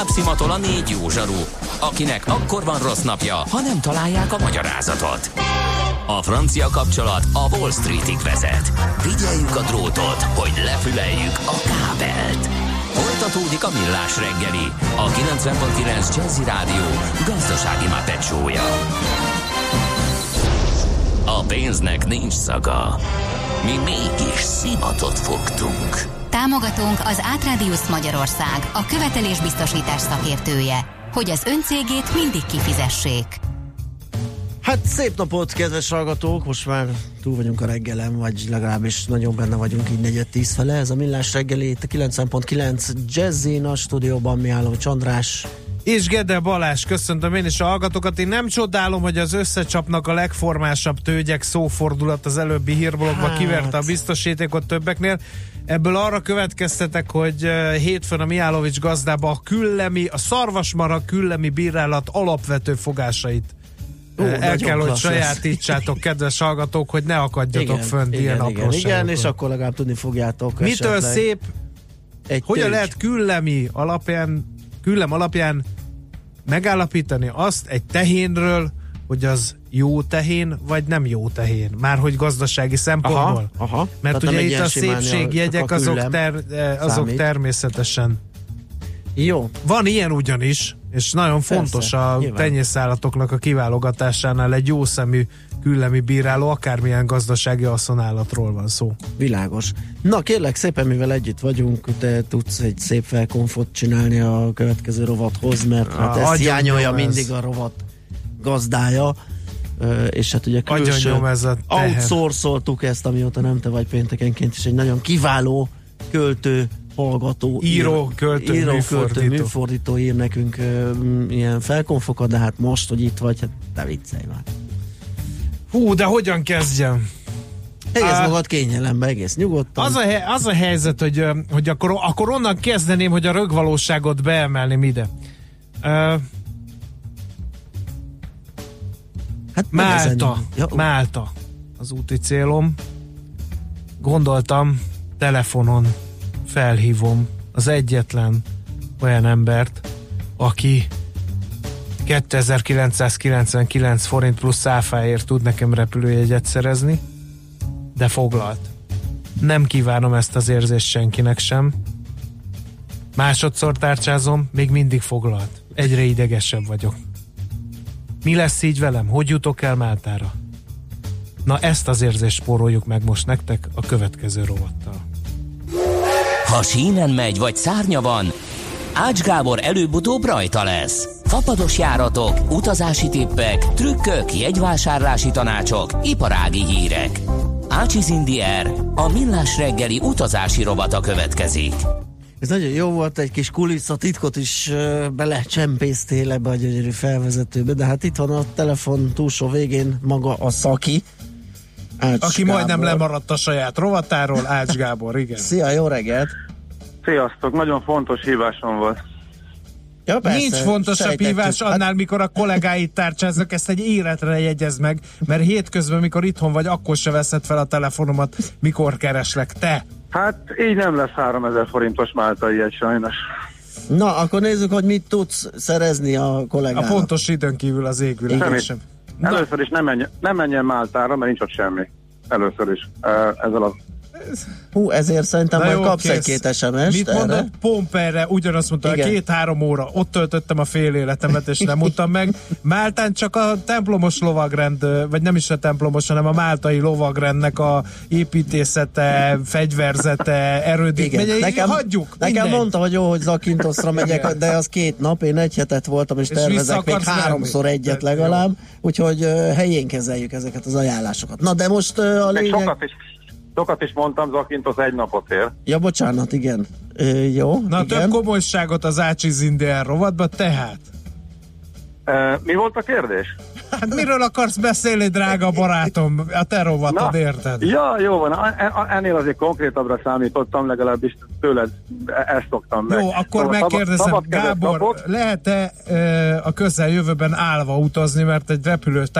tovább szimatol a 4 jó zsaru, akinek akkor van rossz napja, ha nem találják a magyarázatot. A francia kapcsolat a Wall Streetig vezet. Figyeljük a drótot, hogy lefüleljük a kábelt. Folytatódik a Millás reggeli, a 90.9 Jazzy Rádió gazdasági mápecsója. A pénznek nincs szaga. Mi mégis szimatot fogtunk. Támogatónk az Átradius Magyarország, a követelésbiztosítás szakértője, hogy az öncégét mindig kifizessék. Hát szép napot, kedves hallgatók! Most már túl vagyunk a reggelen, vagy legalábbis nagyon benne vagyunk így 4-10 fele. Ez a Millás reggeli, itt a 90.9 Jazzin, a stúdióban Mihálovics András. És Gede Balázs, köszöntöm én is a hallgatókat. Én nem csodálom, hogy az összecsapnak a legformásabb tőgyek szófordulat az előbbi hírblogba kiverte a biztosítékot többeknél. Ebből arra következtetek, hogy hétfőn a Mihálovics gazdába a szarvasmarha küllemi bírálat alapvető fogásait el kell, hogy sajátítsátok, kedves hallgatók, hogy ne akadjatok fönt ilyen apróságokon. Igen, és akkor legalább tudni fogjátok. Mitől esetleg szép, hogyan lehet küllem alapján megállapítani azt egy tehénről, hogy az jó tehén, vagy nem jó tehén. Márhogy gazdasági szempontból. Aha. Mert tehát ugye itt a szépségjegyek azok természetesen. Jó. Van ilyen ugyanis, és nagyon fontos a tenyészállatoknak a kiválogatásánál egy jó szemű küllemi bíráló, akármilyen gazdasági haszonállatról van szó. Világos. Na kérlek szépen, mivel együtt vagyunk, te tudsz egy szép felkonfot csinálni a következő rovathoz, mert hát ezt hiányolja mindig a rovat gazdája, és hát ugye külső outsourcoltuk ezt, amióta nem te vagy péntekenként is egy nagyon kiváló költő, hallgató, író, költő, műfordító ír nekünk ilyen felkonfokat, de hát most, hogy itt vagy, hát te viccelj már. Hú, de hogyan kezdjem? Egész magad kényelembe, egész nyugodtan. Az a helyzet, hogy akkor onnan kezdeném, hogy a rögvalóságot beemelném ide. Hát Málta az úti célom. Gondoltam, telefonon felhívom az egyetlen olyan embert, aki 2999 forint plusz áfáért tud nekem repülőjegyet szerezni, de foglalt. Nem kívánom ezt az érzést senkinek sem. Másodszor tárcsázom, még mindig foglalt. Egyre idegesebb vagyok. Mi lesz így velem? Hogy jutok el Máltára? Na ezt az érzést spóroljuk meg most nektek a következő rovattal. Ha sínen megy, vagy szárnya van, Ács Gábor előbb-utóbb rajta lesz. Fapados járatok, utazási tippek, trükkök, jegyvásárlási tanácsok, iparági hírek. Ácsiz in the Air, a Millás reggeli utazási rovata következik. Ez nagyon jó volt, egy kis kulisszatitkot is belecsempésztél ebbe a gyönyörű felvezetőbe, de hát itt van a telefon túlsó végén maga a szaki, Ács aki Gábor. Majdnem lemaradt a saját rovatáról, Ács Gábor, igen. Szia, jó reggelt! Sziasztok, nagyon fontos hívásom volt. Ja, persze, nincs fontosabb hívás annál, mikor a kollégáit tárcsáznak, ezt egy életre jegyezd meg, mert hétközben, mikor itthon vagy, akkor se veszed fel a telefonomat, mikor kereslek, te. Hát így nem lesz 3000 forintos máltai jegy sajnos. Na, akkor nézzük, hogy mit tudsz szerezni a kollégának. A pontos időn kívül az égvilágon sem. Először is nem menjen Máltára, mert nincs ott semmi. Először is. Ezzel a... ezért szerintem majd kapsz egy-két SMS-t. Mit mondott Pomperre? Ugyanazt mondta, 2-3 óra. Ott töltöttem a fél életemet, és nem mondtam meg. Máltán csak a templomos lovagrend, vagy nem is a templomos, hanem a máltai lovagrendnek a építészete, fegyverzete, erődítményei. Hagyjuk! Nekem mondta, hogy jó, hogy Zakynthosra megyek, de az 2 nap, én egy hetet voltam, és tervezek még 3-szor egyet legalább, úgyhogy helyén kezeljük ezeket az ajánlásokat. Na, de most a lényeg... Sokat is mondtam, Zakynthos 1 napot ér. Ja, bocsánat, igen. Jó, na, igen. Több komolyságot az Ácsiz in the Air rovatba, tehát. Mi volt a kérdés? Hát miről akarsz beszélni, drága barátom? A te rovatod, érted? Ja, jó van. Ennél azért konkrétabbra számítottam, legalábbis tőled ezt szoktam meg. Jó, akkor megkérdezem, Gábor, lehet-e a közeljövőben állva utazni, mert egy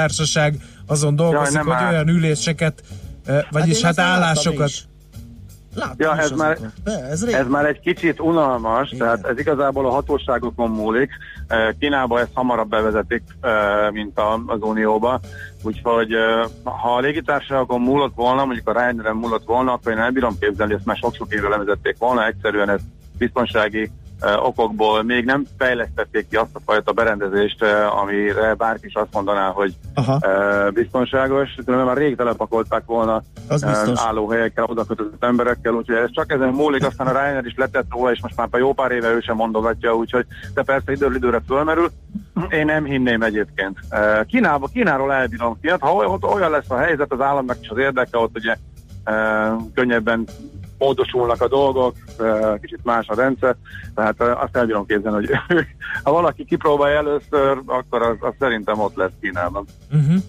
repülőtársaság azon dolgozik, hogy olyan üléseket, vagyis hát állásokat. Ja, ez már egy kicsit unalmas, tehát ez igazából a hatóságokon múlik. Kínában ezt hamarabb bevezetik, mint az Unióba. Úgyhogy ha a légitársaságon múlott volna, mondjuk a Ryanairen múlott volna, akkor én elbírom képzelni, ezt már sok-sok évre levezették volna, egyszerűen ez biztonsági okokból még nem fejlesztették ki azt a fajta berendezést, amire bárki is azt mondaná, hogy biztonságos, mert már rég telepakolták volna állóhelyekkel, oda kötözött emberekkel, úgyhogy ez csak ezen múlik, aztán a Ryanair is letett róla, és most már jó pár éve ő sem mondogatja, úgyhogy de persze időre fölmerül. Én nem hinném egyébként. Kínáról elbírom ki, ha olyan lesz a helyzet, az államnak is az érdeke, ott ugye könnyebben módosulnak a dolgok, kicsit más a rendszer, tehát azt elbírom képzelni, hogy ha valaki kipróbálja először, akkor az szerintem ott lesz Kínában. Uh-huh.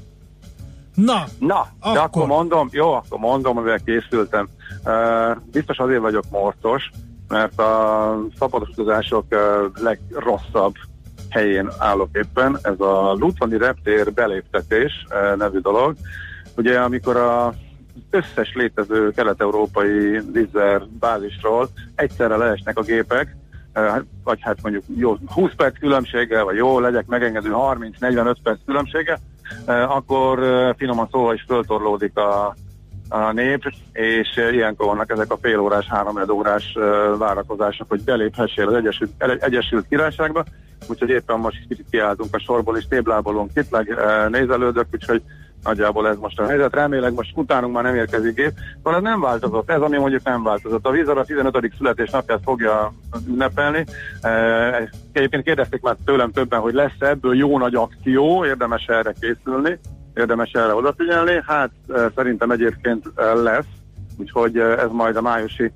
Na, de akkor mondom, amivel készültem. Biztos azért vagyok mortos, mert a szabados utazások legrosszabb helyén állok éppen. Ez a lutvani reptér beléptetés nevű dolog. Ugye amikor a összes létező kelet-európai Wizzair bázisról egyszerre leesnek a gépek, vagy hát mondjuk jó 20 perc különbséggel, vagy jó, legyek megengedő 30-45 perc különbséggel, akkor finoman szóval is föltorlódik a nép, és ilyenkor vannak ezek a félórás, 3 órás várakozások, hogy beléphessél az Egyesült Királyságba, úgyhogy éppen most kicsit kiálltunk a sorból, és téblábolunk itt, nézelődök, úgyhogy nagyjából ez most a helyzet. Remélem most utánunk már nem érkezik gép. Szóval ez nem változott. Ez, ami mondjuk nem változott. A Wizzair a 15. születésnapját fogja ünnepelni. Egyébként kérdezték már tőlem többen, hogy lesz ebből jó nagy akció, érdemes erre készülni, érdemes erre odafigyelni. Hát szerintem egyébként lesz, úgyhogy ez majd a májusi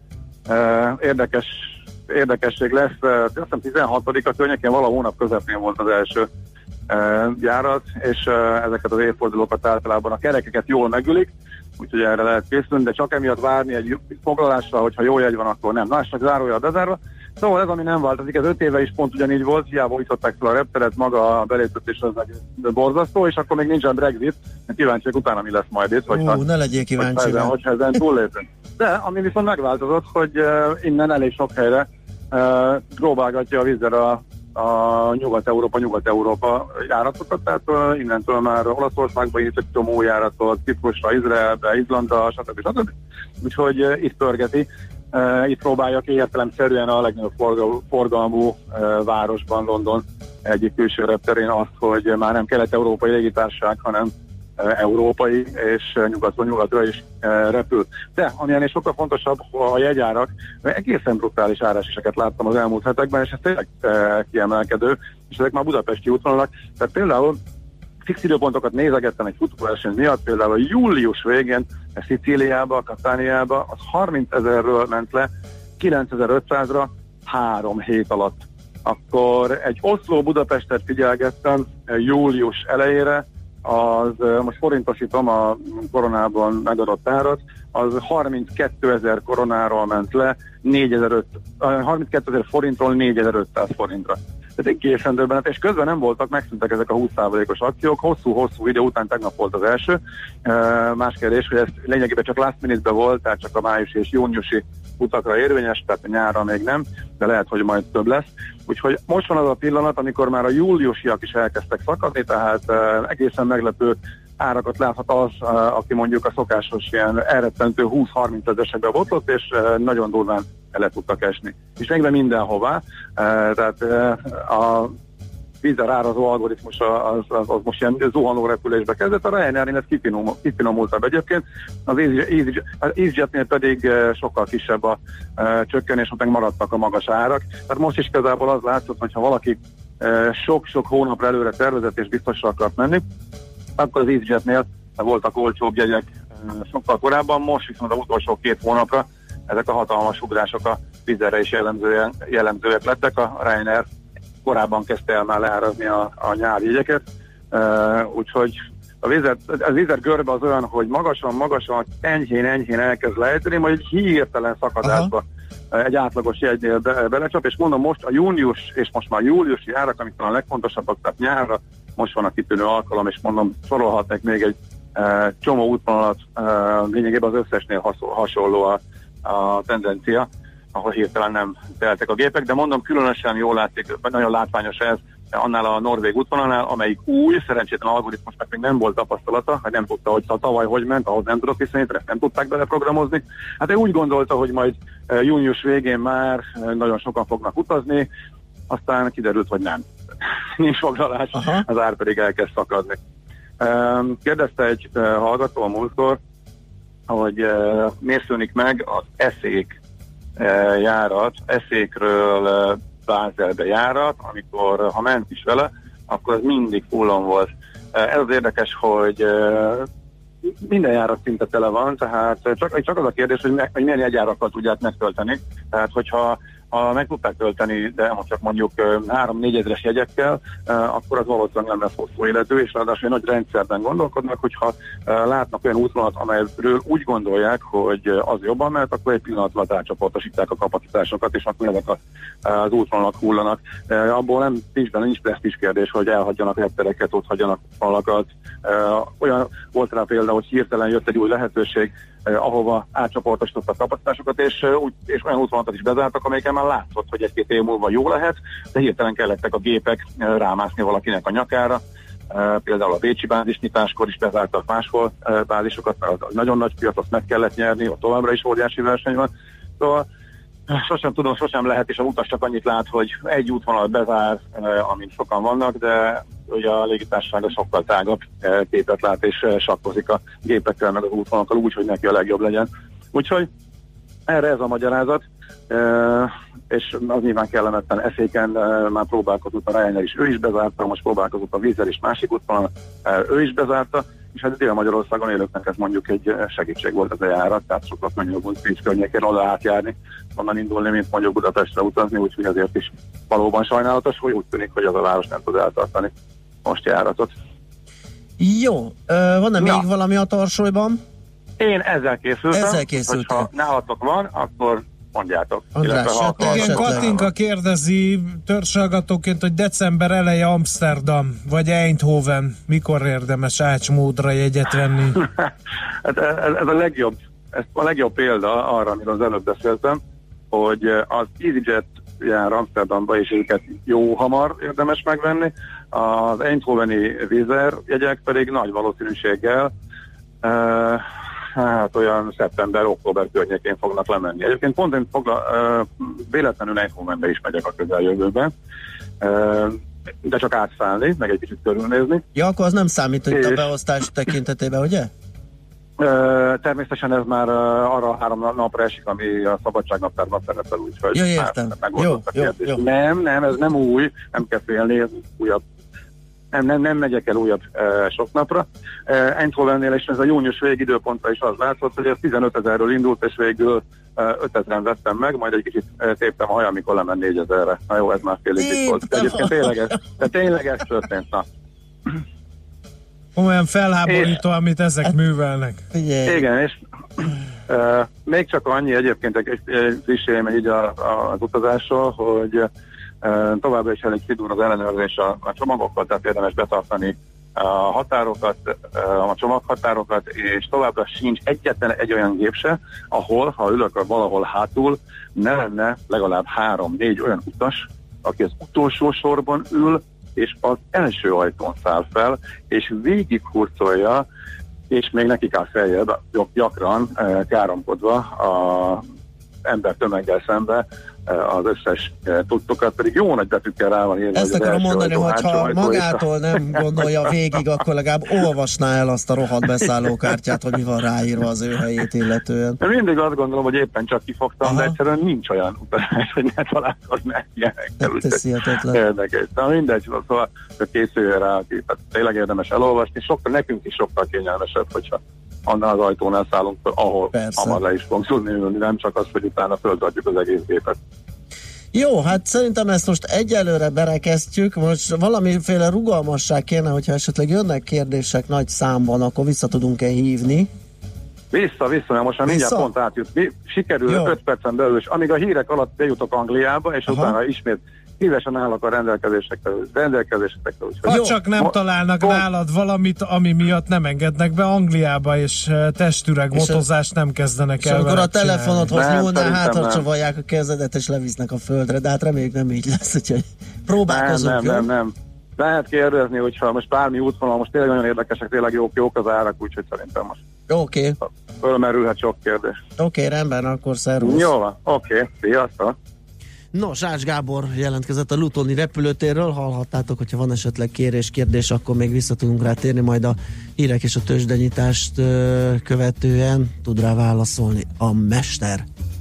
érdekesség lesz. Azt hiszem 16-a környékén valahol hónap közepén volt az első járat, és ezeket az évfordulókat általában a kerekeket jól megülik, úgyhogy erre lehet készülni, de csak emiatt várni egy foglalásra, hogyha jó jegy van, akkor nem. Na, és csak zárója bezárva. Szóval ez, ami nem változik, ez 5 éve is pont ugyanígy volt, hiába újították fel a repteret, maga a beléptetés az meg borzasztó, és akkor még nincsen Brexit, mert kíváncsiak utána mi lesz majd itt, ne legyél kíváncsi. Hogyha ezen túllépünk. De ami viszont megváltozott, hogy innen elég sok helyre próbálgatja a Wizzair a Nyugat-Európa járatokat, tehát innentől már Olaszországba is egy csomó járatot, Ciprusra, Izraelbe, Izlandra, stb. Úgyhogy itt pörgeti, itt próbálják értelemszerűen a legnagyobb forgalmú városban, London egyik külső repterén azt, hogy már nem kelet-európai légitársaság, hanem európai, és nyugatról nyugatra is repül. De ami ennél sokkal fontosabb, a jegyárak, egészen brutális áráseseket láttam az elmúlt hetekben, és ez tényleg kiemelkedő, és ezek már budapesti útvonalak. Tehát például fix időpontokat nézegettem egy futóverseny miatt, például július végén Szicíliába, Katániába, az 30 000-ről ment le 9500-ra 3 hét alatt. Akkor egy Oszló-Budapestet figyelgettem július elejére, az most forintosítom a koronában megadott árat, az 32 000 koronáról ment le, 32 000 forintról 4500 forintra. Ez egészen döbbenet, és közben nem voltak, megszűntek ezek a 20%-os akciók, hosszú-hosszú idő után tegnap volt az első. Más kérdés, hogy ez lényegében csak last minute-ben volt, tehát csak a májusi és júniusi utakra érvényes, tehát nyárra még nem, de lehet, hogy majd több lesz. Úgyhogy most van az a pillanat, amikor már a júliusiak is elkezdtek szakadni, tehát egészen meglepő árakat láthat az, aki mondjuk a szokásos ilyen elrettentő 20-30 ezesekbe botlott, és nagyon durván le tudtak esni. És még mindenhová, tehát a Wizzair árazó algoritmus az most ilyen zuhanó repülésbe kezdett, a Ryanairnél ez kifinomultabb egyébként, az EasyJetnél pedig sokkal kisebb a csökkenés, ott meg maradtak a magas árak. Tehát most is igazából az látszott, hogyha valaki sok-sok hónapra előre tervezett és biztosra akart menni, akkor az EasyJetnél voltak olcsóbb jegyek sokkal korábban, most viszont az utolsó 2 hónapra ezek a hatalmas ugrások a Wizzairre is jellemzőek lettek. A Ryanair korábban kezdte el már leárazni a nyári jegyeket, úgyhogy a Wizzair görbe az olyan, hogy magasan, enyhén elkezd lejteni, majd egy hirtelen szakadásba egy átlagos jegynél belecsap, és mondom most a június és most már júliusi árak, amik talán a legfontosabbak, tehát nyárra most van a kitűnő alkalom, és mondom, sorolhatnék még egy csomó útvonalat, lényegében az összesnél hasonló a tendencia, ahol hirtelen nem teltek a gépek, de mondom, különösen jól látszik, nagyon látványos ez annál a norvég útvonalnál, amelyik új, szerencsétlen algoritmusnak még nem volt tapasztalata, hogy nem tudta, hogy tavaly hogy ment, ahhoz nem tudott viszonyítani, nem tudták beleprogramozni. Hát ő úgy gondolta, hogy majd június végén már nagyon sokan fognak utazni, aztán kiderült, hogy nem. Nincs foglalás, az ár pedig elkezd szakadni. Kérdezte egy hallgató a múltkor, hogy miért szűnik meg az eszék járat, eszékről Bázelbe járat, amikor ha ment is vele, akkor az mindig fullon volt. Ez az érdekes, hogy minden járat szinte tele van, tehát csak az a kérdés, hogy milyen jegyárakkal tudják megtölteni. Tehát hogyha meg tudták tölteni, de csak mondjuk 3-4 ezeres jegyekkel, akkor az valószínűleg nem lesz hosszú életű, és ráadásul egy nagy rendszerben gondolkodnak, hogyha látnak olyan útvonalat, amelyről úgy gondolják, hogy az jobban mehet, akkor egy pillanat alatt átcsoportosítják a kapacitásokat, és akkor ezek az útvonalak hullanak. Abból nincs presztízs kérdés, hogy elhagyjanak reptereket, ott hagyjanak útvonalakat. Olyan volt rá például, hogy hirtelen jött egy új lehetőség, ahova átcsoportosítottak a kapacitásokat, és olyan útvonalakat is bezártak, amelyiken már látszott, hogy egy-két év múlva jó lehet, de hirtelen kellettek a gépek rámászni valakinek a nyakára. Például a bécsi bázisnyitáskor is bezártak máshol bázisokat, mert az nagyon nagy piac, azt meg kellett nyerni, ott továbbra is óriási verseny van. Szóval sosem lehet, és a utas csak annyit lát, hogy egy útvonal bezár, amin sokan vannak, de ugye a légitársaság sokkal tágabb képet lát, és sakkozik a gépekkel, meg az útvonalakkal úgy, hogy neki a legjobb legyen. Úgyhogy erre ez a magyarázat, és az nyilván kellemetlen eszéken már próbálkozott a Ryanair is, ő is bezárta, most próbálkozott a Wizz Air is másik útvonal, ő is bezárta, és hát Dél-Magyarországon élőknek ez mondjuk egy segítség volt ez a járat, tehát sokkal könnyebb volt Pécs környékén oda átjárni, onnan indulni, mint mondjuk Budapestre utazni, úgyhogy azért is valóban sajnálatos, hogy úgy tűnik, hogy az a város nem tud eltartani most járatot. Jó, van-e még valami a tarsolyban? Én ezzel készültem. Hogyha nálatok van, akkor mondjátok. András, igen, Katinka kérdezi törzshallgatóként, hogy december eleje Amsterdam, vagy Eindhoven. Mikor érdemes ácsmódra jegyet venni? Hát ez a legjobb példa arra, amiről az előbb beszéltem, hogy az EasyJet jár Amsterdamba, és őket jó hamar érdemes megvenni. Az Eindhoveni Wizz Air jegyek pedig nagy valószínűséggel hát olyan szeptember-október környékén fognak lemenni. Egyébként pont én véletlenül Eindhovenbe is megyek a közeljövőben, de csak átszállni, meg egy kicsit körülnézni. Ja, akkor az nem számít, hogy a beosztás tekintetében, ugye? Természetesen ez már arra a 3 napra esik, ami a szabadságnaptárban szerepel, úgyhogy értem. Megoldott a kérdés. Nem, ez nem új, nem kell félni, ez újabb. Nem megyek el újabb sok napra. Eindhovennél és ez a június vég időpontra is az látszott, hogy ez 15 000-ről indult, és végül 5 000-en vettem meg, majd egy kicsit téptem a hajam, amikor lement 4 000-re. Na jó, ez már fél évig volt. Egyébként tényleg ez történt. Na. Olyan felháborító, amit ezek művelnek. Igen, és még csak annyi egyébként egy friss élmény így az utazásról, hogy továbbra is elég szigorú az ellenőrzés a csomagokkal, tehát érdemes betartani a határokat, a csomaghatárokat, és továbbra sincs egyetlen egy olyan gép se, ahol, ha ülök valahol hátul, ne lenne legalább 3-4 olyan utas, aki az utolsó sorban ül, és az első ajtón száll fel, és végig hurcolja, és még nekik áll feljebb, gyakran káromkodva az ember tömeggel szembe az összes tudtokat, pedig jó nagy betűkkel rá van írva. Ezt akarom mondani, hogy ha magától nem gondolja végig, akkor legalább olvasná el azt a rohadt beszállókártyát, hogy mi van ráírva az ő helyét illetően. Mindig azt gondolom, hogy éppen csak kifogtam, de egyszerűen nincs olyan utazás, hogy ne találkoznál ilyenekkel. Érdekes. De mindegy, szóval készüljön rá, tehát tényleg érdemes elolvasni, nekünk is sokkal kényelmesebb, hogyha annál az ajtónál szállunk, ahol hamar le is fogunk tudni ülni, nem csak az, hogy utána földadjuk az egész gépet. Jó, hát szerintem ezt most egyelőre berekeztjük, most valamiféle rugalmasság kéne, hogyha esetleg jönnek kérdések nagy számban, akkor vissza tudunk-e hívni? Vissza, mert most már mindjárt pont átjut. Sikerül 5 percen belül, és amíg a hírek alatt bejutok Angliába, és utána ismét szívesen állok a rendelkezésekre. Ha csak nem találnak nálad valamit, ami miatt nem engednek be Angliába, és testüreg motozást nem kezdenek el. És akkor a telefonodhoz nyúlnál, hátra csavarják a kezedet, és levisznek a földre, de hát reméljük nem így lesz, úgyhogy próbálkozunk. Nem. Lehet kérdezni, hogyha most bármi útvonal, most tényleg nagyon érdekesek, tényleg jók az árak, úgyhogy szerintem most Oké. Fölmerülhet sok kérdés. Oké, rendben, akkor szervusz. Jó van, oké, sziasztok. Nos, Ács Gábor jelentkezett a Lutoni repülőtérről, hallhattátok, hogyha van esetleg kérdés, akkor még vissza tudunk rá térni, majd a hírek és a tőzsdenyitást követően tud rá válaszolni a mester.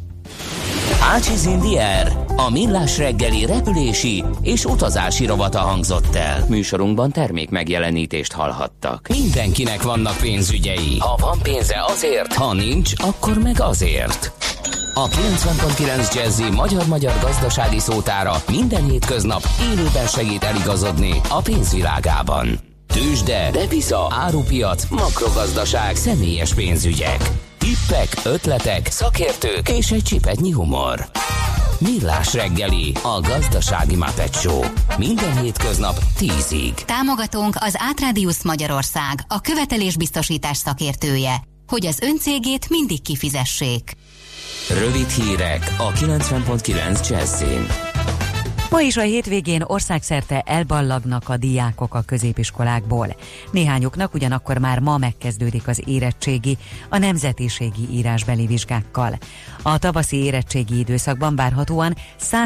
Ácsiz Indier, a millás reggeli repülési és utazási rovata hangzott el. Műsorunkban termék megjelenítést hallhattak. Mindenkinek vannak pénzügyei. Ha van pénze azért, ha nincs, akkor meg azért. A 90.9 Jazzy magyar gazdasági szótára minden hétköznap élőben segít eligazodni a pénzvilágában. Tőzsde, depisza, árupiac, makrogazdaság, személyes pénzügyek. Tippek, ötletek, szakértők és egy csipetnyi humor. Millás reggeli, a gazdasági Muppet Show. Minden hétköznap 10-ig. Támogatónk az Átrádiusz Magyarország, a követelésbiztosítás szakértője, hogy az öncégét mindig kifizessék. Rövid hírek a 90.9 Jazzyn. Ma is a hétvégén országszerte elballagnak a diákok a középiskolákból. Néhányuknak ugyanakkor már ma megkezdődik az érettségi, a nemzetiségi írásbeli vizsgákkal. A tavaszi érettségi időszakban várhatóan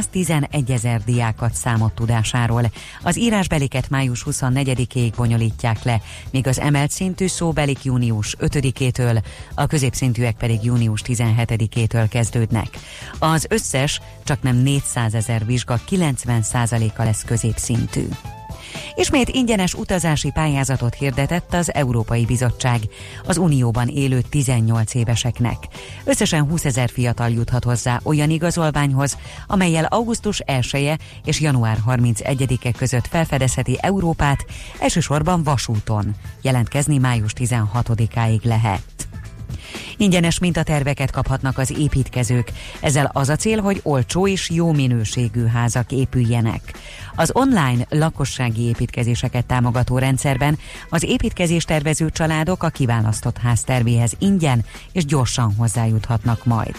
111 000 diákat számot tudásáról. Az írásbeliket május 24-ig bonyolítják le, míg az emelt szintű szóbelik június 5-től, a középszintűek pedig június 17-től kezdődnek. Az összes csaknem 400 000 vizsga 90%-a lesz középszintű. Ismét ingyenes utazási pályázatot hirdetett az Európai Bizottság az Unióban élő 18 éveseknek. Összesen 20 000 fiatal juthat hozzá olyan igazolványhoz, amellyel augusztus 1-e és január 31-e között felfedezheti Európát, elsősorban vasúton. Jelentkezni május 16-áig lehet. Ingyenes mintaterveket kaphatnak az építkezők. Ezzel az a cél, hogy olcsó és jó minőségű házak épüljenek. Az online lakossági építkezéseket támogató rendszerben az építkezés tervező családok a kiválasztott ház tervéhez ingyen és gyorsan hozzájuthatnak majd.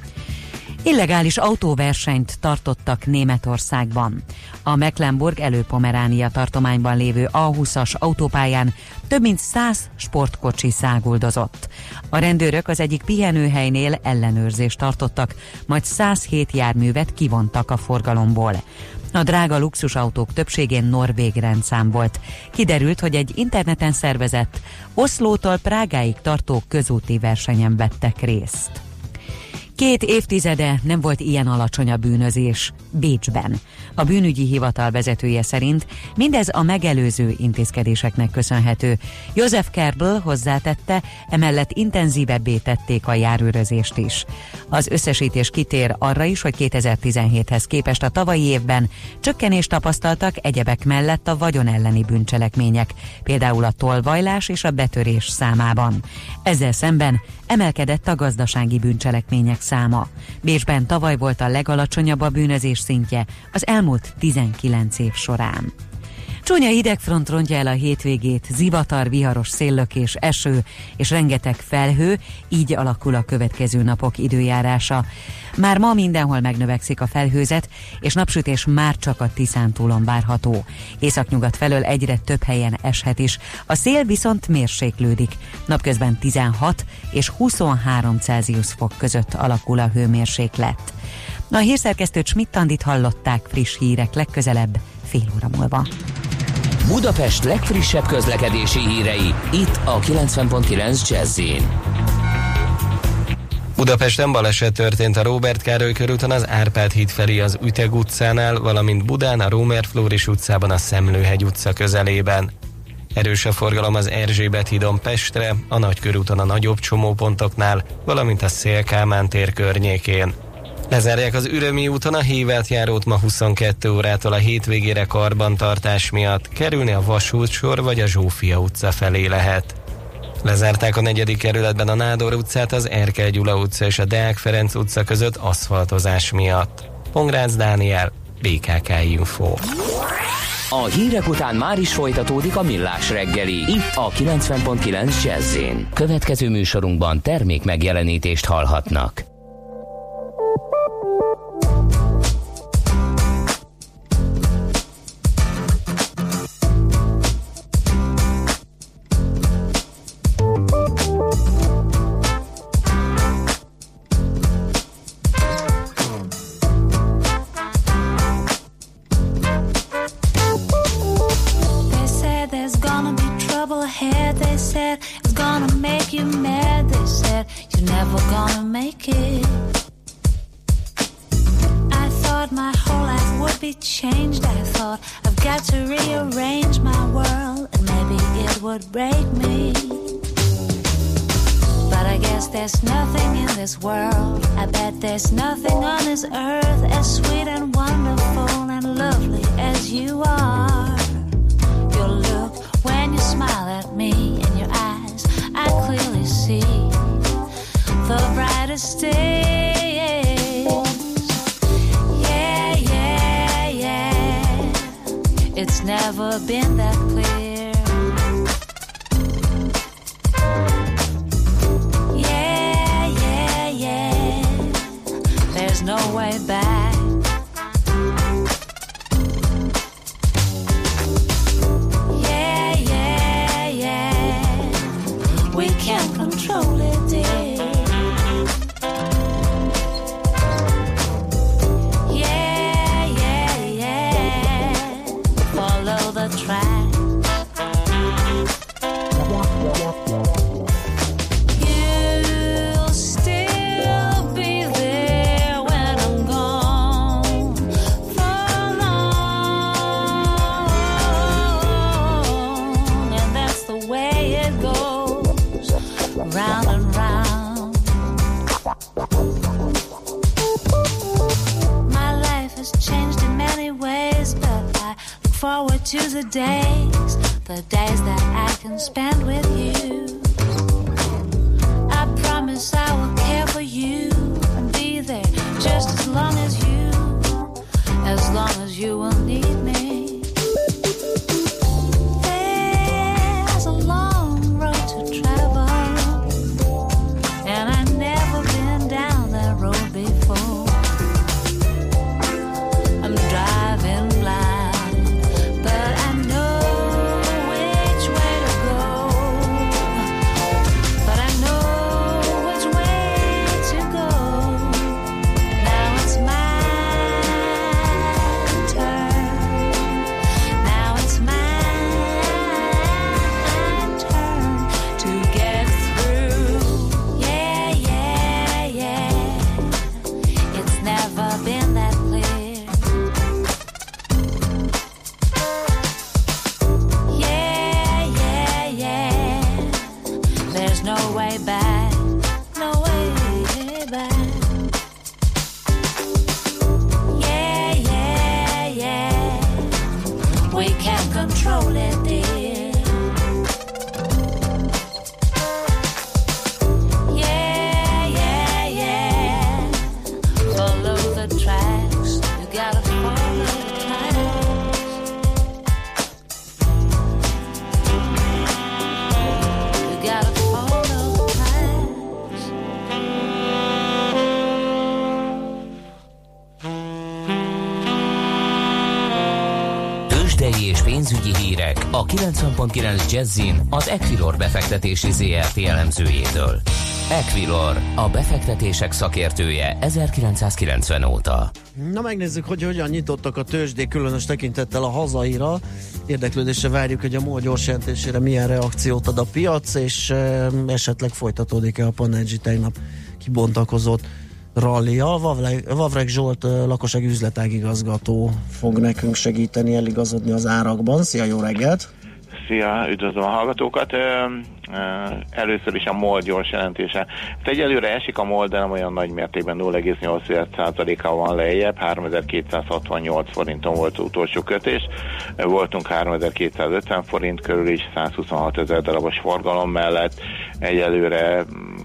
Illegális autóversenyt tartottak Németországban. A Mecklenburg Előpomeránia tartományban lévő A20-as autópályán több mint 100 sportkocsi száguldozott. A rendőrök az egyik pihenőhelynél ellenőrzést tartottak, majd 107 járművet kivontak a forgalomból. A drága luxusautók többségén norvég rendszám volt. Kiderült, hogy egy interneten szervezett, Oszlótól Prágáig tartó közúti versenyen vettek részt. 2 évtizede nem volt ilyen alacsony a bűnözés Bécsben. A bűnügyi hivatal vezetője szerint mindez a megelőző intézkedéseknek köszönhető. Joseph Kerbel hozzátette, emellett intenzívebbé tették a járőrözést is. Az összesítés kitér arra is, hogy 2017-hez képest a tavalyi évben csökkenést tapasztaltak egyebek mellett a vagyon elleni bűncselekmények, például a tolvajlás és a betörés számában. Ezzel szemben emelkedett a gazdasági bűncselekmények száma. Bécsben tavaly volt a legalacsonyabb a bűnözés szintje az elmúlt 19 év során. Csúnya hidegfront rontja el a hétvégét, zivatar, viharos széllökés, eső és rengeteg felhő, így alakul a következő napok időjárása. Már ma mindenhol megnövekszik a felhőzet, és napsütés már csak a Tiszántúlon várható. Északnyugat felől egyre több helyen eshet is, a szél viszont mérséklődik. Napközben 16 és 23 Celsius fok között alakul a hőmérséklet. A hírszerkesztőt Schmidt-Andit hallották, friss hírek legközelebb fél óra múlva. Budapest legfrissebb közlekedési hírei, itt a 90.9 Jazz-in. Budapesten baleset történt a Róbert Károly körúton az Árpád híd felé az Üteg utcánál, valamint Budán a Rómer Flóris utcában a Szemlőhegy utca közelében. Erős a forgalom az Erzsébet hídon Pestre, a Nagykörúton a nagyobb csomópontoknál, valamint a Széll-Kálmán tér környékén. Lezárják az Ürömi úton a Hévelt járót ma 22 órától a hétvégére karbantartás miatt, kerülni a Vasútsor vagy a Zsófia utca felé lehet. Lezárták a 4. kerületben a Nádor utcát, az Erkel Gyula utca és a Deák Ferenc utca között aszfaltozás miatt. Pongrácz Dániel, BKK Info. A hírek után már is folytatódik a Millás reggeli, itt a 90.9 Jazz-in. Következő műsorunkban termék megjelenítést hallhatnak. There's nothing on this earth as sweet and wonderful and lovely as you are. Your look when you smile at me, in your eyes I clearly see the brightest days. Yeah, yeah, yeah. It's never been that clear. No way back. Yeah, yeah, yeah. We can't control it, dear. Yeah, yeah, yeah. Follow the track. Forward to the days that I can spend with you. I promise I will care for you and be there just as long as you will need me. There's a long road to travel, and I've never been down that road before. I'm driving blind, but I know which way to go. But I know which way to go. Now it's my turn. Now it's my turn to get through. Yeah, yeah, yeah. It's never been that clear. Yeah, yeah, yeah. There's no way back. No way back. Yeah, yeah, yeah. We can't control it, dear. Yeah, yeah, yeah. Follow the tracks. You gotta follow the tracks. You gotta follow the tracks. Tőzsdei és pénzügyi hírek a 90.9 Jazzin az Equilor befektetési ZRT elemzőjétől. Equilor, a befektetések szakértője 1990 óta. Na megnézzük, hogy hogyan nyitottak a tőzsdék, különös tekintettel a hazaira. Érdeklődésre várjuk, hogy a MOL gyors jelentésére milyen reakciót ad a piac, és esetleg folytatódik-e a Panergy tegnap kibontakozott rallia. Vavreg Zsolt lakossági üzletágigazgató fog nekünk segíteni eligazodni az árakban. Szia, jó reggelt! Szia, üdvözlöm a hallgatókat! Először is a MOL gyors jelentése. Egyelőre esik a MOL, de nem olyan nagy mértékben, 0,8%-kal van lejjebb, 3268 forinton volt az utolsó kötés. Voltunk 3250 forint körül is, 126 000 darabos forgalom mellett. Egyelőre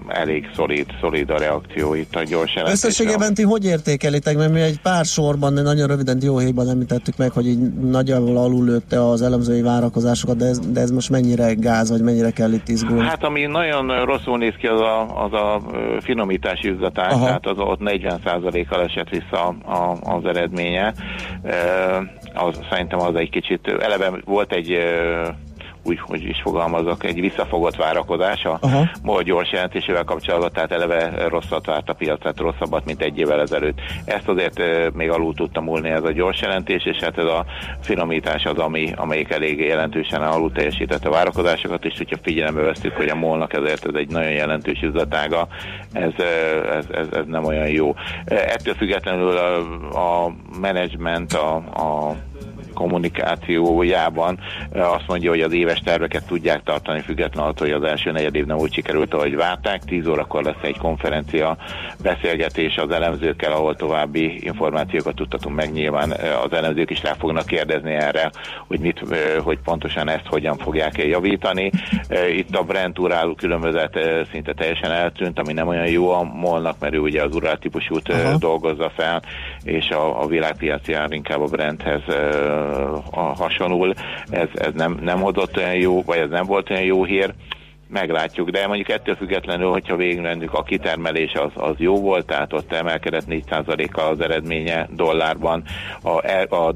elég szolid a reakció itt a gyors jelentésre. Összességében ti hogy értékelitek? Mert mi egy pár sorban, nagyon röviden dióhéjban említettük meg, hogy így nagyjából alulőtte az elemzői várakozásokat, de ez most mennyire gáz, vagy mennyire kell itt izgulni? Hát ami nagyon rosszul néz ki, az a finomítási üzletág, tehát az ott 40%-kal esett vissza az eredménye. Szerintem az egy kicsit, eleve volt egy úgy, hogy is fogalmazok, egy visszafogott várakozás a MOL gyors jelentésével kapcsolatban, tehát eleve rosszat várt a piac, tehát rosszabbat, mint egy évvel ezelőtt. Ezt azért még alul tudta múlni ez a gyors jelentés, és hát ez a finomítás az, amelyik elég jelentősen alul teljesítette a várakozásokat, és hogyha figyelembe vesztük, hogy a MOL-nak ezért ez egy nagyon jelentős üzletága, ez nem olyan jó. Ettől függetlenül a menedzsment, a kommunikációjában azt mondja, hogy az éves terveket tudják tartani, függetlenül attól, hogy az első negyedév nem úgy sikerült, ahogy várták. 10 órakor lesz egy konferencia beszélgetés az elemzőkkel, ahol további információkat tudtatunk meg. Nyilván az elemzők is rá fognak kérdezni erre, hogy pontosan ezt hogyan fogják javítani. Itt a Brent Urál különbözet szinte teljesen eltűnt, ami nem olyan jó a MOL-nak, mert ő ugye az Urál típusút dolgozza fel, és a világpiaci ár inkább a Brenthez hasonul, ez nem hozott olyan jó, vagy ez nem volt olyan jó hír, meglátjuk, de mondjuk ettől függetlenül, hogyha végigmondjuk, a kitermelés az jó volt, tehát ott emelkedett 4%-kal az eredménye dollárban, a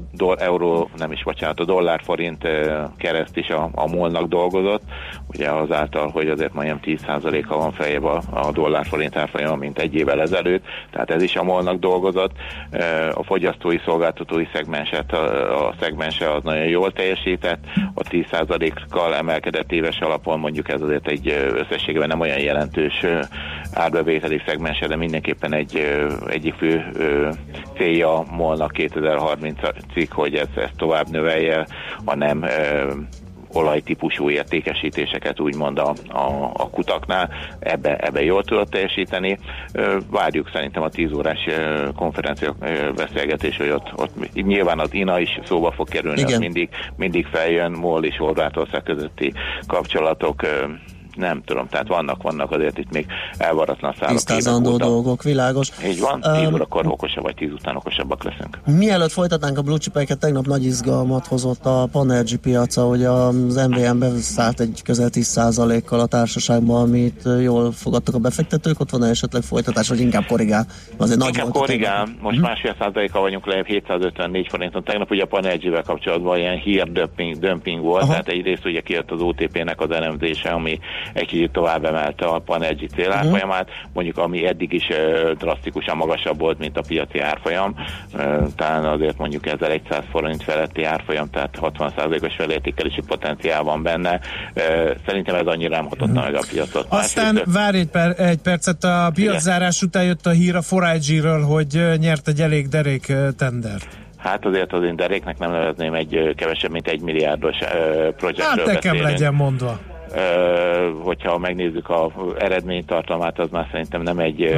dollár-forint kereszt is a MOL-nak dolgozott, ugye azáltal, hogy azért majdnem 10%-kal van feljebb a dollár-forint árfolyama, mint egy évvel ezelőtt, tehát ez is a MOL-nak dolgozott. A fogyasztói szolgáltatói szegmense az nagyon jól teljesített, a 10%-kal emelkedett éves alapon, mondjuk ez azért egy összességében nem olyan jelentős árbevételi szegmense, de mindenképpen egyik fő célja MOL-nak 2030-ig, hogy ez tovább növelje, a nem olajtípusú értékesítéseket úgymond a kutaknál, ebbe jól tudott teljesíteni. Várjuk szerintem a 10 órás konferencia beszélgetés, hogy ott nyilván az INA is szóba fog kerülni, az mindig feljön, MOL és Horvátország közötti kapcsolatok, nem tudom, tehát vannak azért itt még elvaratlan szálak. Tisztázandó dolgok, világos. Így van, 10 órakor okosabb, vagy 10 után okosabbak leszünk. Mielőtt folytatnánk a blue chipeket, tegnap nagy izgalmat hozott a Panergy piaca, hogy az MVM beszállt egy közel 10%-kal a társaságban, amit jól fogadtak a befektetők, ott van esetleg folytatás, vagy inkább korrigál? Azért nagy inkább korrigál, most 1,5%-kal vagyunk lejjebb 754 forinton. Tegnap ugye a Panergy-vel kapcsolatban ilyen hírdömping volt, tehát egyrészt ugye kijött az OTP-nek az elemzése, ami egy kicsit tovább emelte a Panergy célárfolyamát, mondjuk ami eddig is drasztikusan magasabb volt, mint a piaci árfolyam, talán azért mondjuk 1100 forint feletti árfolyam, tehát 60%-os felértékelési potenciál van benne. Szerintem ez annyira nem hatotta meg a piacot. Aztán várj egy percet, a piaczárás után jött a hír a 4IG-ről, hogy nyert egy elég derék tender. Hát azért az én deréknek nem nevezném egy kevesebb, mint 1 milliárdos projektről hát nekem legyen mondva. Hogyha megnézzük az eredménytartalmát, az már szerintem nem egy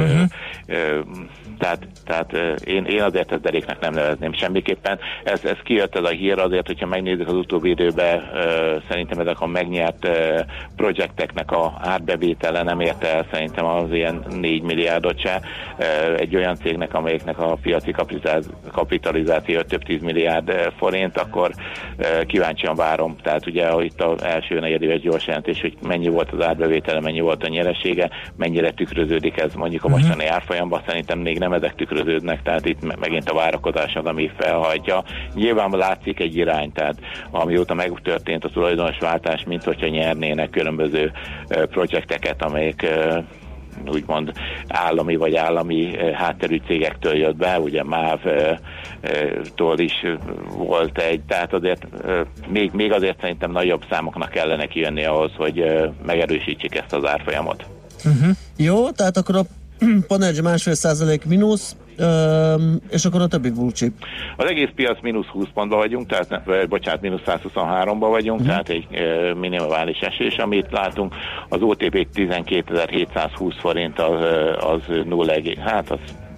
tehát én azért ezt deréknek nem nevezném semmiképpen. Ez kijött ez a hír azért, hogyha megnézzük az utóbbi időben, szerintem ezek a megnyert projekteknek a árbevétele nem érte el szerintem az ilyen 4 milliárdot se. Egy olyan cégnek, amelyeknek a piaci kapitalizáció több 10 milliárd forint, akkor kíváncsian várom. Tehát ugye itt az első negyedéves gyors jelentés, hogy mennyi volt az árbevétele, mennyi volt a nyeresége, mennyire tükröződik ez mondjuk a mostani árfolyamban, szerintem még nem ezek tükröződnek, tehát itt megint a várakozás az, ami felhajtja. Nyilván látszik egy irány, tehát amióta megtörtént a tulajdonosváltás, mint hogyha nyernének különböző projekteket, amelyek úgymond állami vagy állami hátterű cégektől jött be, ugye MÁV-tól is volt egy, tehát azért még azért szerintem nagyobb számoknak kellene kijönni ahhoz, hogy megerősítsék ezt az árfolyamot. Jó, tehát akkor a Panergy 1,5% mínusz, és akkor a többi blue chip. Az egész piac mínusz 20 pontban vagyunk, tehát mínusz 123-ban vagyunk, tehát egy minimális esés, amit látunk. Az OTP 12.720 forint az 0, hát az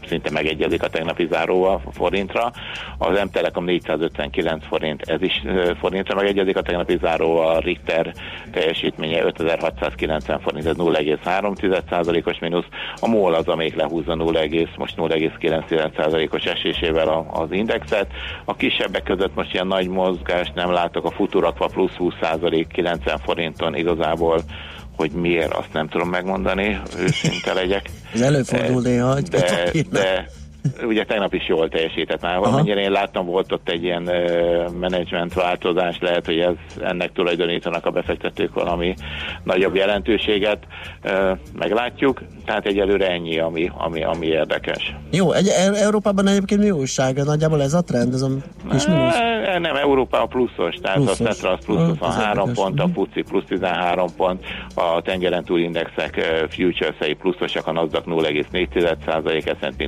szinte megegyezik a tegnapi záróval forintra. Az M-Telekom 459 forint, ez is forintra megegyezik a tegnapi záróval, a Richter teljesítménye 5690 forint, ez 0,3%-os mínusz, a MOL az, amelyik lehúzza most 0,9%-os esésével az indexet. A kisebbek között most ilyen nagy mozgást nem látok, a Futurakva plusz 20%, 90 forinton igazából, hogy miért, azt nem tudom megmondani, őszinte legyek. Ez előfordul néha, de ugye tegnap is jól teljesített már. Valamennyire én láttam, volt ott egy ilyen menedzsment változás, lehet, hogy ennek tulajdonítanak a befektetők valami nagyobb jelentőséget, meglátjuk. Tehát egyelőre ennyi, ami érdekes. Jó, Európában egyébként mi újság? Nagyjából ez a trend, ez a kis mínusz? Nem, Európa pluszos, tehát pluszos. A Cetra az plusz 23 pont, a FTSE plusz 13 pont, a tengeren túl indexek futures-ei pluszosak, a Nasdaq 0,4%, S&P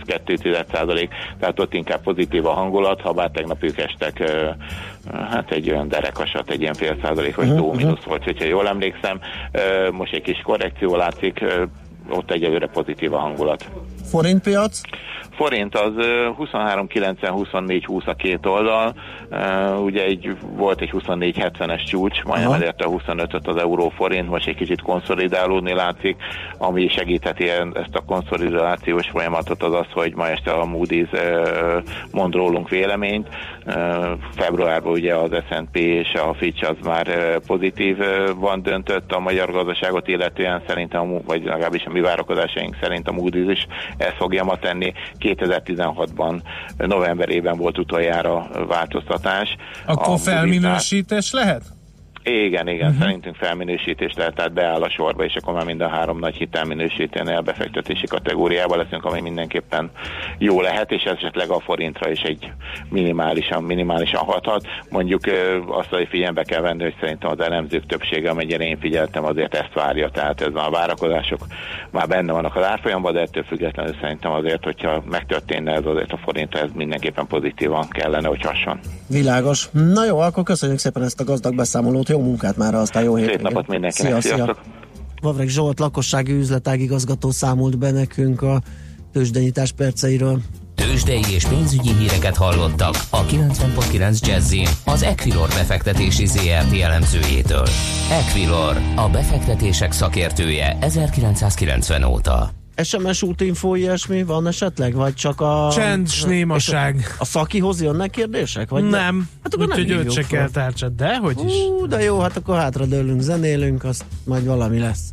0,2%, tehát ott inkább pozitív a hangulat, ha bár tegnap ők estek hát egy olyan derekasat, egy ilyen fél százalékos mínusz volt, hogyha jól emlékszem. Most egy kis korrekció látszik, ott egyelőre pozitív a hangulat. Forintpiac? Forint az 23,90-24,20 a két oldal, ugye volt egy 24,70-es csúcs, majdnem elérte a 25-öt az euró forint, most egy kicsit konszolidálódni látszik, ami segítheti ezt a konszolidációs folyamatot az az, hogy ma este a Moody's mond rólunk véleményt, februárban ugye az S&P és a Fitch az már pozitív van döntött a magyar gazdaságot illetően, szerintem, vagy legalábbis a mi várakozásaink szerint a Moody's is ezt fogja ma tenni. 2016-ban novemberében volt utoljára változtatás. Akkor felminősítés lehet? Igen, szerintünk felminősítés lehet, tehát beáll a sorba, és akkor már mind a három nagy hitelminősítőnél befektetési kategóriában leszünk, ami mindenképpen jó lehet, és esetleg a forintra is egy minimálisan hathat. Mondjuk azt, hogy figyelembe kell venni, hogy szerintem az elemzők többsége, amennyire én figyeltem, azért ezt várja, tehát ez a várakozások már benne vannak az árfolyamban, de ettől függetlenül szerintem azért, hogyha megtörténne ez, azért a forintra ez mindenképpen pozitívan kellene, hogy hasson. Világos. Na jó, akkor köszönjük szépen ezt a gazdag beszámolót, jó munkát már, aztán jó hétvégét. Szép napot mindenkinek, sziasztok! Vavreg Zsolt lakossági üzletágigazgató számolt be nekünk a tőzsdenyítás perceiről. Tőzsdei és pénzügyi híreket hallottak a 90.9 Jazzin az Equilor befektetési ZRT elemzőjétől. Equilor, a befektetések szakértője 1990 óta. SMS útinfó, ilyesmi van esetleg? Vagy csak a... Csend, némaság. A szakihoz jönnek kérdések? Vagy nem. Hát akkor úgyhogy őt se kell tárcsad, de hogy is? De jó, hát akkor hátradőlünk, zenélünk, azt majd valami lesz.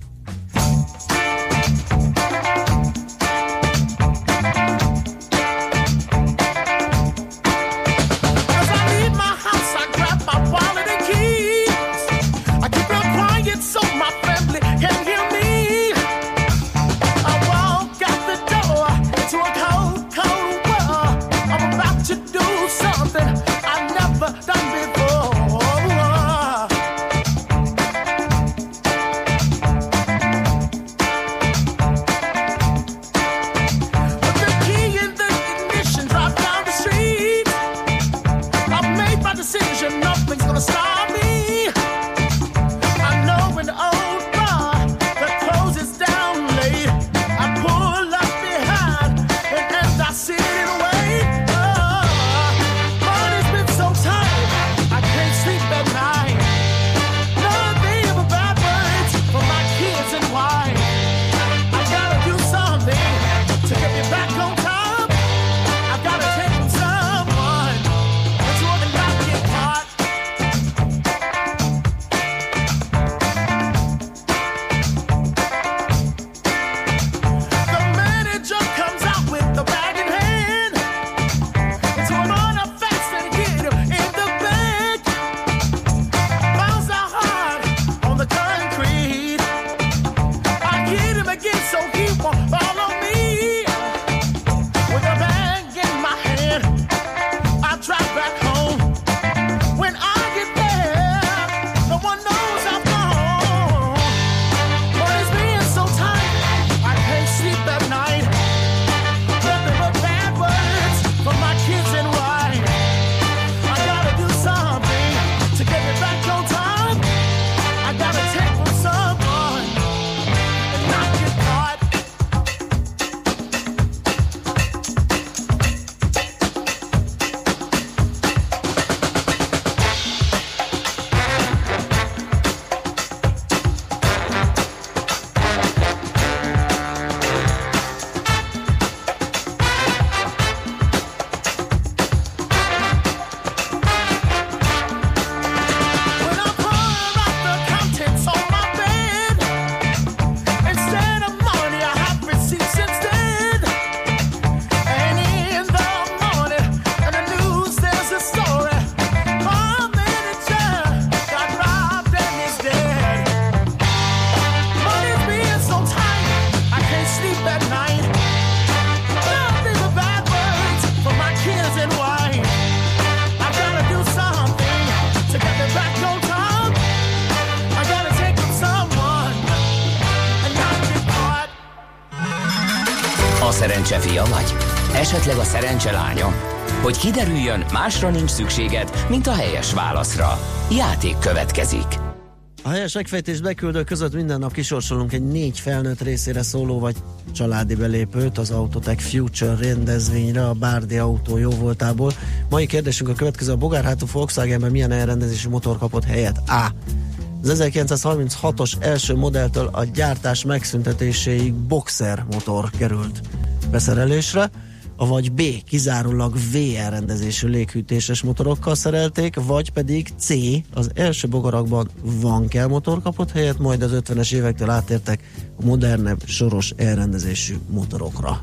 szerencse fia vagy? Esetleg a szerencse lánya? Hogy kiderüljön, másra nincs szükséged, mint a helyes válaszra. Játék következik. A helyes megfejtést beküldők között minden nap kisorsolunk egy 4 felnőtt részére szóló vagy családi belépőt az Autotech Future rendezvényre a Bárdi Autó jóvoltából. Mai kérdésünk a következő: a bogárhátú Volkswagenben milyen elrendezésű motor kapott helyet? A. Az 1936-os első modelltől a gyártás megszüntetéséig boxer motor került beszerelésre, vagy B. kizárólag V elrendezésű léghűtéses motorokkal szerelték, vagy pedig C. az első bogarakban Wankel motor kapott helyet, majd az 50-es évektől átértek a modernebb soros elrendezésű motorokra.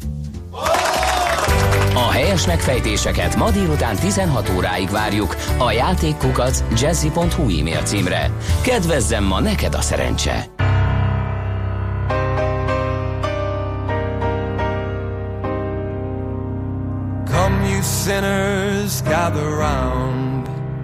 A helyes megfejtéseket ma délután 16 óráig várjuk a játékkukac@jazzy.hu e-mail címre. Kedvezzem ma neked a szerencse! Come you sinners, gather round.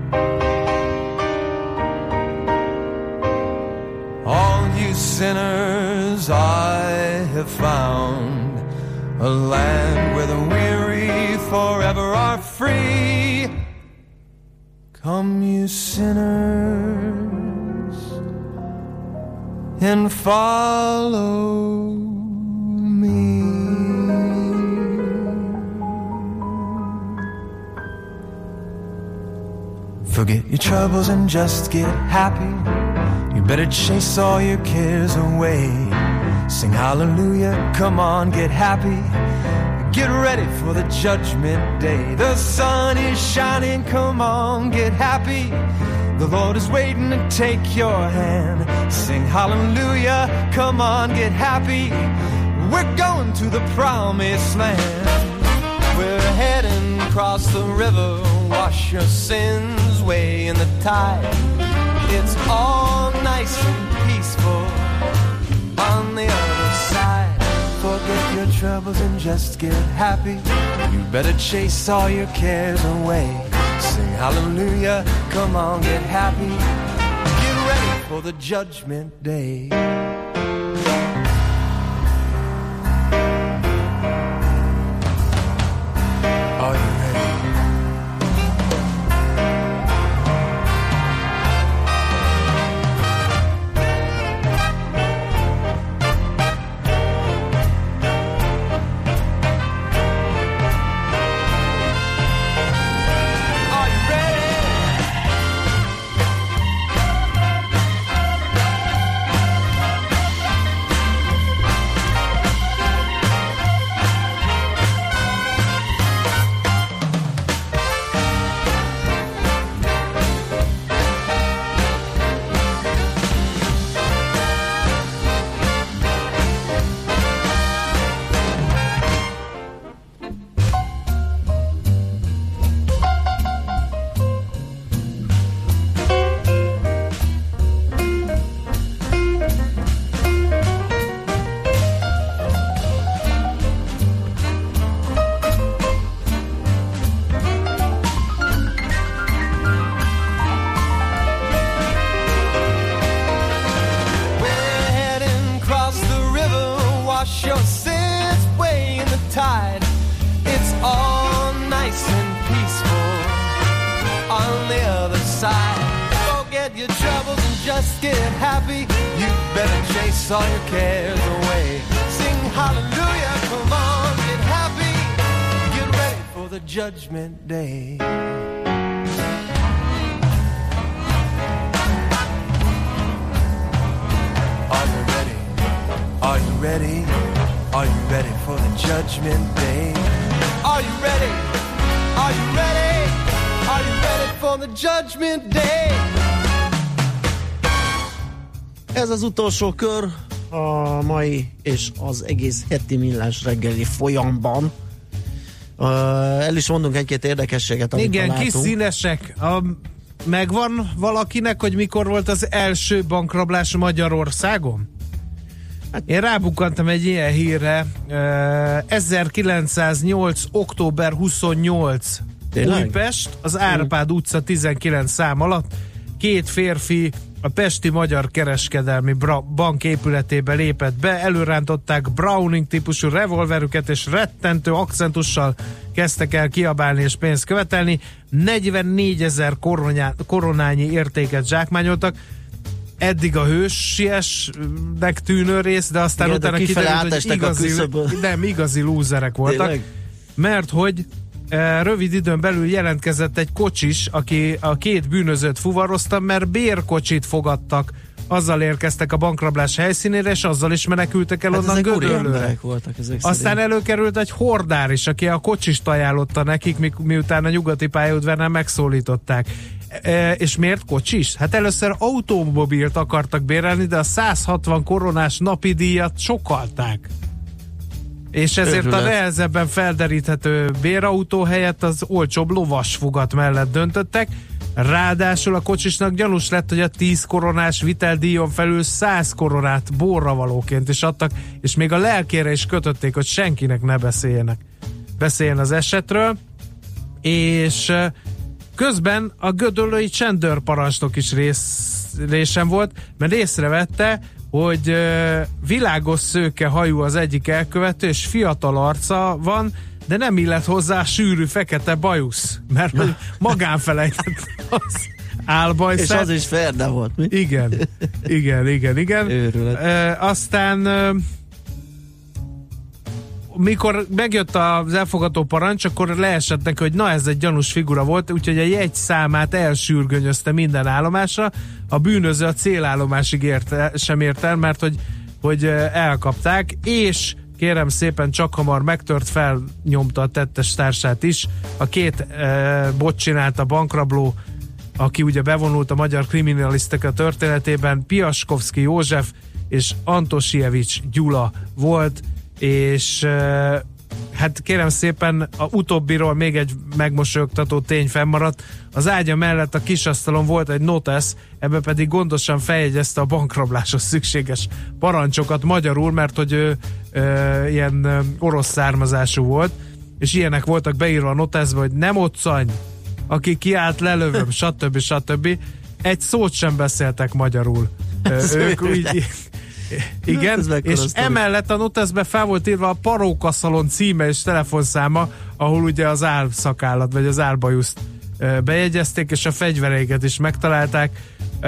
All you sinners I have found, a land where the weary forever are free. Come you sinners and follow me. Forget your troubles and just get happy. You better chase all your cares away. Sing hallelujah, come on, get happy. Get ready for the judgment day. The sun is shining, come on, get happy. The Lord is waiting to take your hand. Sing hallelujah, come on, get happy. We're going to the promised land. We're heading across the river. Wash your sins away in the tide. It's all nice and peaceful on the other side. Forget your troubles and just get happy. You better chase all your cares away. Sing hallelujah, come on, get happy. Get ready for the judgment day. Are you ready? Judgment Day. Are you ready? Are you ready? Are you ready for the Judgment Day? Are you ready? Are you ready? Are you ready for the Judgment Day? Ez az utolsó kör a mai és az egész heti Millás reggeli folyamban. El is mondunk egy-két érdekességet, amit igen, találtunk. kis színesek. Megvan valakinek, hogy mikor volt az első bankrablás Magyarországon? Hát, én rábukkantam egy ilyen hírre. 1908. október 28. Tényleg? Újpest, az Árpád utca 19 szám alatt. 2 férfi a Pesti Magyar Kereskedelmi Bank épületébe lépett be, előrántották Browning típusú revolverüket, és rettentő akcentussal kezdtek el kiabálni és pénzt követelni. 44 000 koronányi értéket zsákmányoltak. Eddig a hősiesnek tűnő rész, de aztán igen, utána kiderült, hogy igazi lúzerek voltak. Tényleg? Mert hogy rövid időn belül jelentkezett egy kocsis, aki a két bűnözőt fuvarozta, mert bérkocsit fogadtak. Azzal érkeztek a bankrablás helyszínére, és azzal is menekültek el onnan Gödöllőre. Aztán előkerült egy hordár is, aki a kocsist ajánlotta nekik, miután a nyugati pályaudvarnál megszólították. És miért kocsis? Hát először automobilt akartak bérelni, de a 160 koronás napi díjat sokalták. És ezért a nehezebben felderíthető bérautó helyett az olcsóbb lovasfogat mellett döntöttek. Ráadásul a kocsisnak gyanús lett, hogy a 10 koronás viteldíjon felül 100 koronát borravalóként is adtak, és még a lelkére is kötötték, hogy senkinek ne beszéljen az esetről. És közben a gödöllői csendőrparancsnok is résen volt, mert észrevette, hogy világos szőke hajú az egyik elkövető, és fiatal arca van, de nem illet hozzá a sűrű fekete bajusz, mert magánfelejtett az álbajszát. És az is ferde volt, mi? Igen. Aztán mikor megjött az elfogató parancs, akkor leesett neki, hogy na, ez egy gyanús figura volt, úgyhogy a jegyszámát elsürgönyözte minden állomásra. A bűnöző a célállomásig sem ért el, mert hogy elkapták, és kérem szépen, csak hamar megtört, felnyomta a tettes társát is. A két bot csinált a bankrabló, aki ugye bevonult a magyar kriminalisztika történetében, Piaskovszki József és Antosievics Gyula volt, és hát kérem szépen, a utóbbiról még egy megmosolyogtató tény fennmaradt. Az ágya mellett a kisasztalon volt egy notesz, ebbe pedig gondosan feljegyezte a bankrabláshoz szükséges parancsokat magyarul, mert hogy ő ilyen orosz származású volt, és ilyenek voltak beírva a noteszbe, hogy nem otszany, aki kiállt, lelövöm, stb. Egy szót sem beszéltek magyarul. Ők úgy... Igen, és emellett a noteszbe fel volt írva a parókaszalon címe és telefonszáma, ahol ugye az álszakállat vagy az álbajuszt bejegyezték, és a fegyvereiket is megtalálták,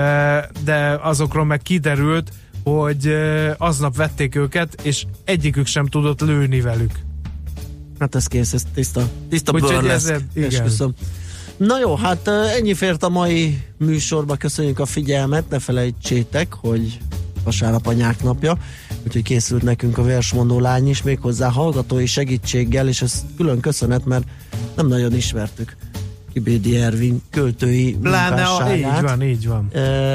de azokról meg kiderült, hogy aznap vették őket, és egyikük sem tudott lőni velük. Hát ez kész, ez tiszta bőr lesz. Esküszöm. Na jó, hát ennyi fért a mai műsorba, köszönjük a figyelmet, ne felejtsétek, hogy vasárnap anyák napja, úgyhogy készült nekünk a versmondó lány is, méghozzá hallgatói segítséggel, és ez külön köszönet, mert nem nagyon ismertük Kibédi Ervin költői munkásságát. Így van.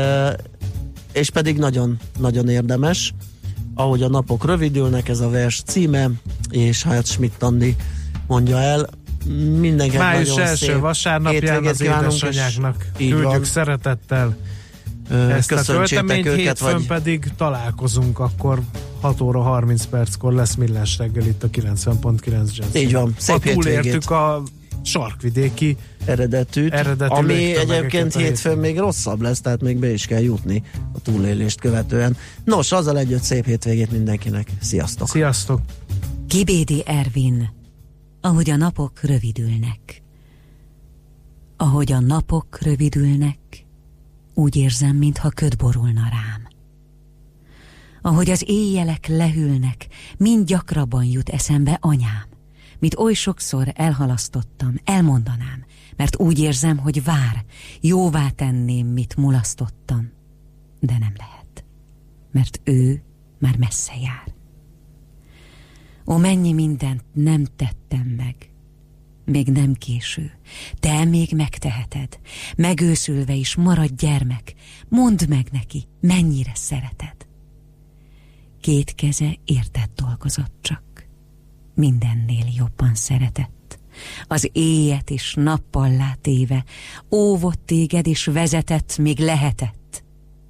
És pedig nagyon, nagyon érdemes, ahogy a napok rövidülnek, ez a vers címe, és hát Schmidt Andi mondja el, mindenkinek május nagyon első szép vasárnapján az édesanyáknak küldjük szeretettel ezt a költeményt, hétfőn pedig találkozunk, akkor 6 óra 30 perckor lesz Millás reggel itt a 90.9 Jazz. Így van, szép hétvégét. Túlértük a sarkvidéki eredetűt, ami egyébként hétfőn még rosszabb lesz, tehát még be is kell jutni a túlélést követően. Nos, azzal együtt szép hétvégét mindenkinek. Sziasztok! Sziasztok! Kibédi Ervin. Ahogy a napok rövidülnek. Ahogy a napok rövidülnek, úgy érzem, mintha köd borulna rám. Ahogy az éjjelek lehűlnek, mind gyakrabban jut eszembe anyám, mit oly sokszor elhalasztottam, elmondanám, mert úgy érzem, hogy vár, jóvá tenném, mit mulasztottam, de nem lehet, mert ő már messze jár. Ó, mennyi mindent nem tettem meg, még nem késő, te még megteheted, megőszülve is maradj gyermek, mondd meg neki, mennyire szereted. Két keze érted dolgozott csak, mindennél jobban szeretett. Az éjet is nappallá téve, óvott téged és vezetett, míg lehetett.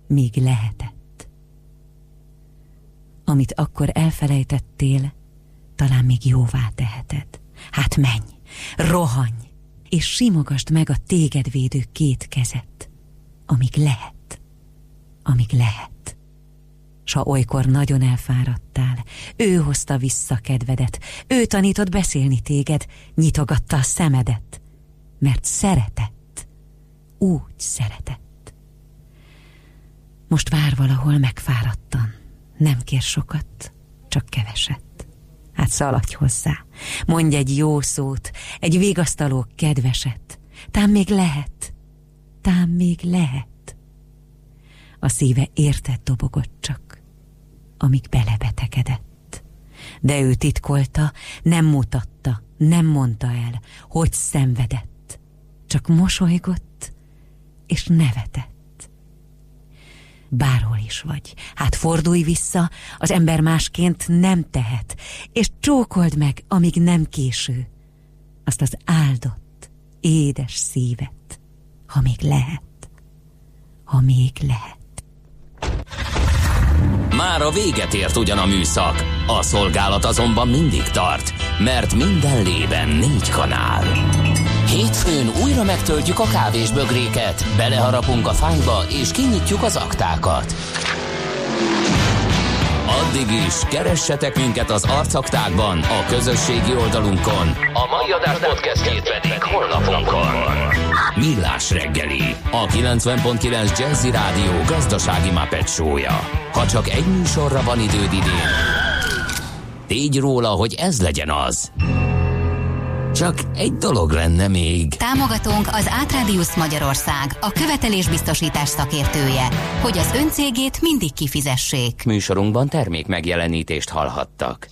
Amit akkor elfelejtettél, talán még jóvá teheted. Hát menj, rohanj, és simogasd meg a téged védő két kezet, amíg lehet. amíg lehet. S ha olykor nagyon elfáradtál, ő hozta vissza kedvedet, ő tanított beszélni téged, nyitogatta a szemedet, mert szeretett, úgy szeretett. Most vár valahol megfáradtan, nem kér sokat, csak keveset. Hát szaladj hozzá, mondj egy jó szót, egy vigasztaló kedveset, tám még lehet. A szíve érted dobogott csak, amíg belebetegedett. De ő titkolta, nem mutatta, nem mondta el, hogy szenvedett. Csak mosolygott és nevetett. Bárhol is vagy, hát fordulj vissza, az ember másként nem tehet, és csókold meg, amíg nem késő, azt az áldott, édes szívet, ha még lehet. Már a véget ért ugyan a műszak, a szolgálat azonban mindig tart, mert minden lében 4 kanál. Hétfőn újra megtöltjük a kávésbögréket, beleharapunk a fányba és kinyitjuk az aktákat. Addig is keressetek minket az arcaktákban, a közösségi oldalunkon, a mai adás podcastjét pedig honlapunkon. Millás reggeli, a 90.9 Jazzy Rádió gazdasági Muppet show-ja. Ha csak egy műsorra van időd idén, tégy róla, hogy ez legyen az. Csak egy dolog lenne még. Támogatónk az Átradius Magyarország, a követelésbiztosítás szakértője, hogy az öncégét mindig kifizessék. Műsorunkban termék megjelenítést hallhattak.